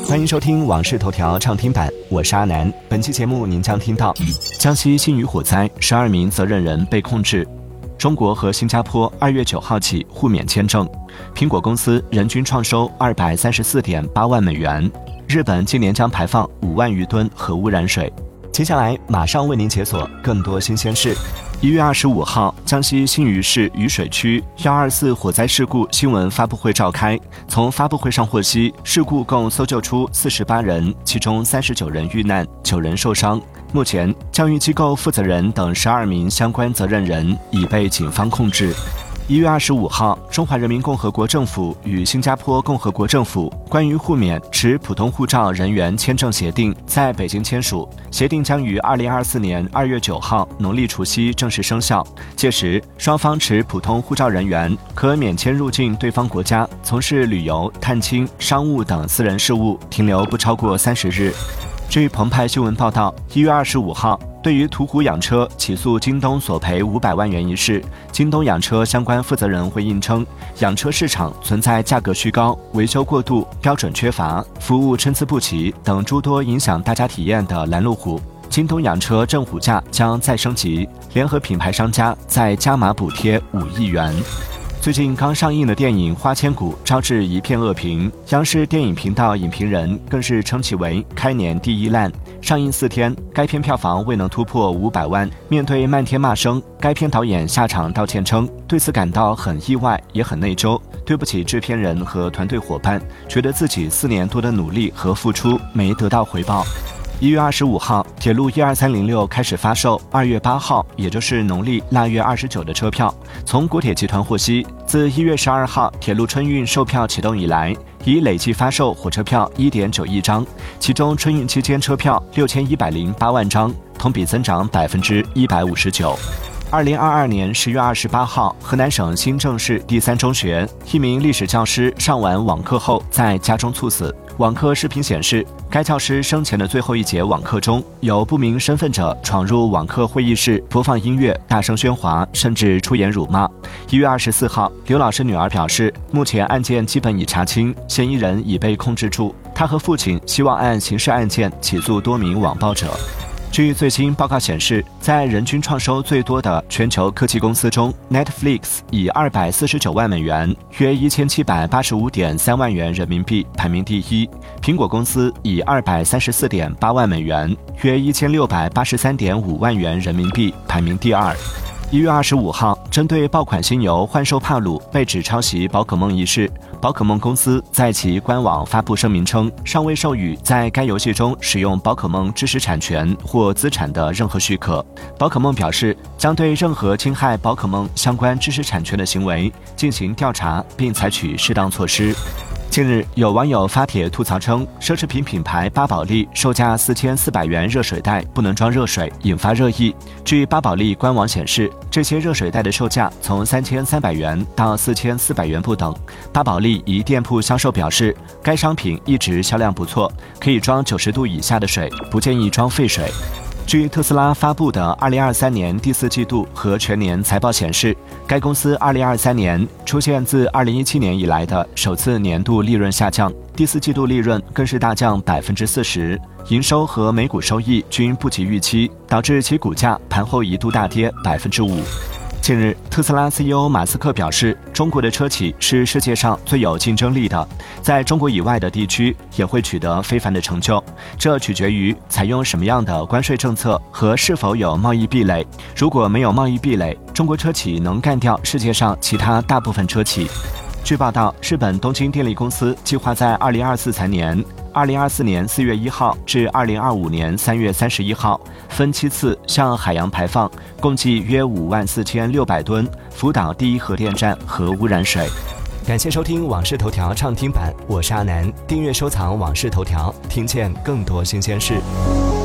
欢迎收听《往事头条》畅听版，我是阿南。本期节目您将听到：江西新余火灾，12名责任人被控制；中国和新加坡2月9号起互免签证；苹果公司人均创收234.8万美元；日本今年将排放5万余吨核污染水。接下来马上为您解锁更多新鲜事。1月25号，江西新余市渝水区124火灾事故新闻发布会召开。从发布会上获悉，事故共搜救出48人，其中39人遇难，9人受伤。目前，教育机构负责人等12名相关责任人已被警方控制。1月25号，中华人民共和国政府与新加坡共和国政府关于互免持普通护照人员签证协定在北京签署，协定将于2024年2月9号农历除夕正式生效。届时，双方持普通护照人员可免签入境对方国家，从事旅游、探亲、商务等私人事务，停留不超过30日。据澎湃新闻报道，1月25号，对于途虎养车起诉京东索赔500万元一事，京东养车相关负责人回应称，养车市场存在价格虚高、维修过度、标准缺乏、服务参差不齐等诸多影响大家体验的拦路虎。京东养车正虎价将再升级，联合品牌商家再加码补贴5亿元。最近刚上映的电影《花千骨》招致一片恶评，央视电影频道影评人更是称其为开年第一烂。上映4天，该片票房未能突破500万。面对漫天骂声，该片导演下场道歉称，对此感到很意外，也很内疚，对不起制片人和团队伙伴，觉得自己4年多的努力和付出没得到回报。1月25号，铁路12306开始发售2月8号，也就是农历腊月29的车票。从国铁集团获悉，自1月12号铁路春运售票启动以来，已累计发售火车票1.9亿张，其中春运期间车票6108万张，同比增长159%。2022年10月28号，河南省新郑市第3中学一名历史教师上完网课后在家中猝死。网课视频显示，该教师生前的最后一节网课中，有不明身份者闯入网课会议室播放音乐，大声喧哗，甚至出言辱骂。1月24号，刘老师女儿表示，目前案件基本已查清，嫌疑人已被控制住。他和父亲希望按刑事案件起诉多名网暴者。据最新报告显示，在人均创收最多的全球科技公司中 ，Netflix 以249万美元（约1785.3万元人民币）排名第一；苹果公司以234.8万美元（约1683.5万元人民币）排名第二。1月25号，针对爆款新游幻兽帕鲁被指抄袭宝可梦一事，宝可梦公司在其官网发布声明称，尚未授予在该游戏中使用宝可梦知识产权或资产的任何许可。宝可梦表示，将对任何侵害宝可梦相关知识产权的行为进行调查，并采取适当措施。近日，有网友发帖吐槽称，奢侈品品牌巴宝莉售价4400元热水袋不能装热水，引发热议。据巴宝莉官网显示，这些热水袋的售价从3300元到4400元不等。巴宝莉一店铺销售表示，该商品一直销量不错，可以装90度以下的水，不建议装沸水。据特斯拉发布的2023年第4季度和全年财报显示，该公司2023年出现自2017年以来的首次年度利润下降，第4季度利润更是大降40%，营收和每股收益均不及预期，导致其股价盘后一度大跌5%。近日，特斯拉 CEO 马斯克表示，中国的车企是世界上最有竞争力的，在中国以外的地区也会取得非凡的成就，这取决于采用什么样的关税政策和是否有贸易壁垒。如果没有贸易壁垒，中国车企能干掉世界上其他大部分车企。据报道，日本东京电力公司计划在2024财年2024年4月1号至2025年3月31号分7次向海洋排放共计约54600吨福岛第一核电站核污染水。感谢收听往事头条畅听版，我是阿南，订阅收藏往事头条，听见更多新鲜事。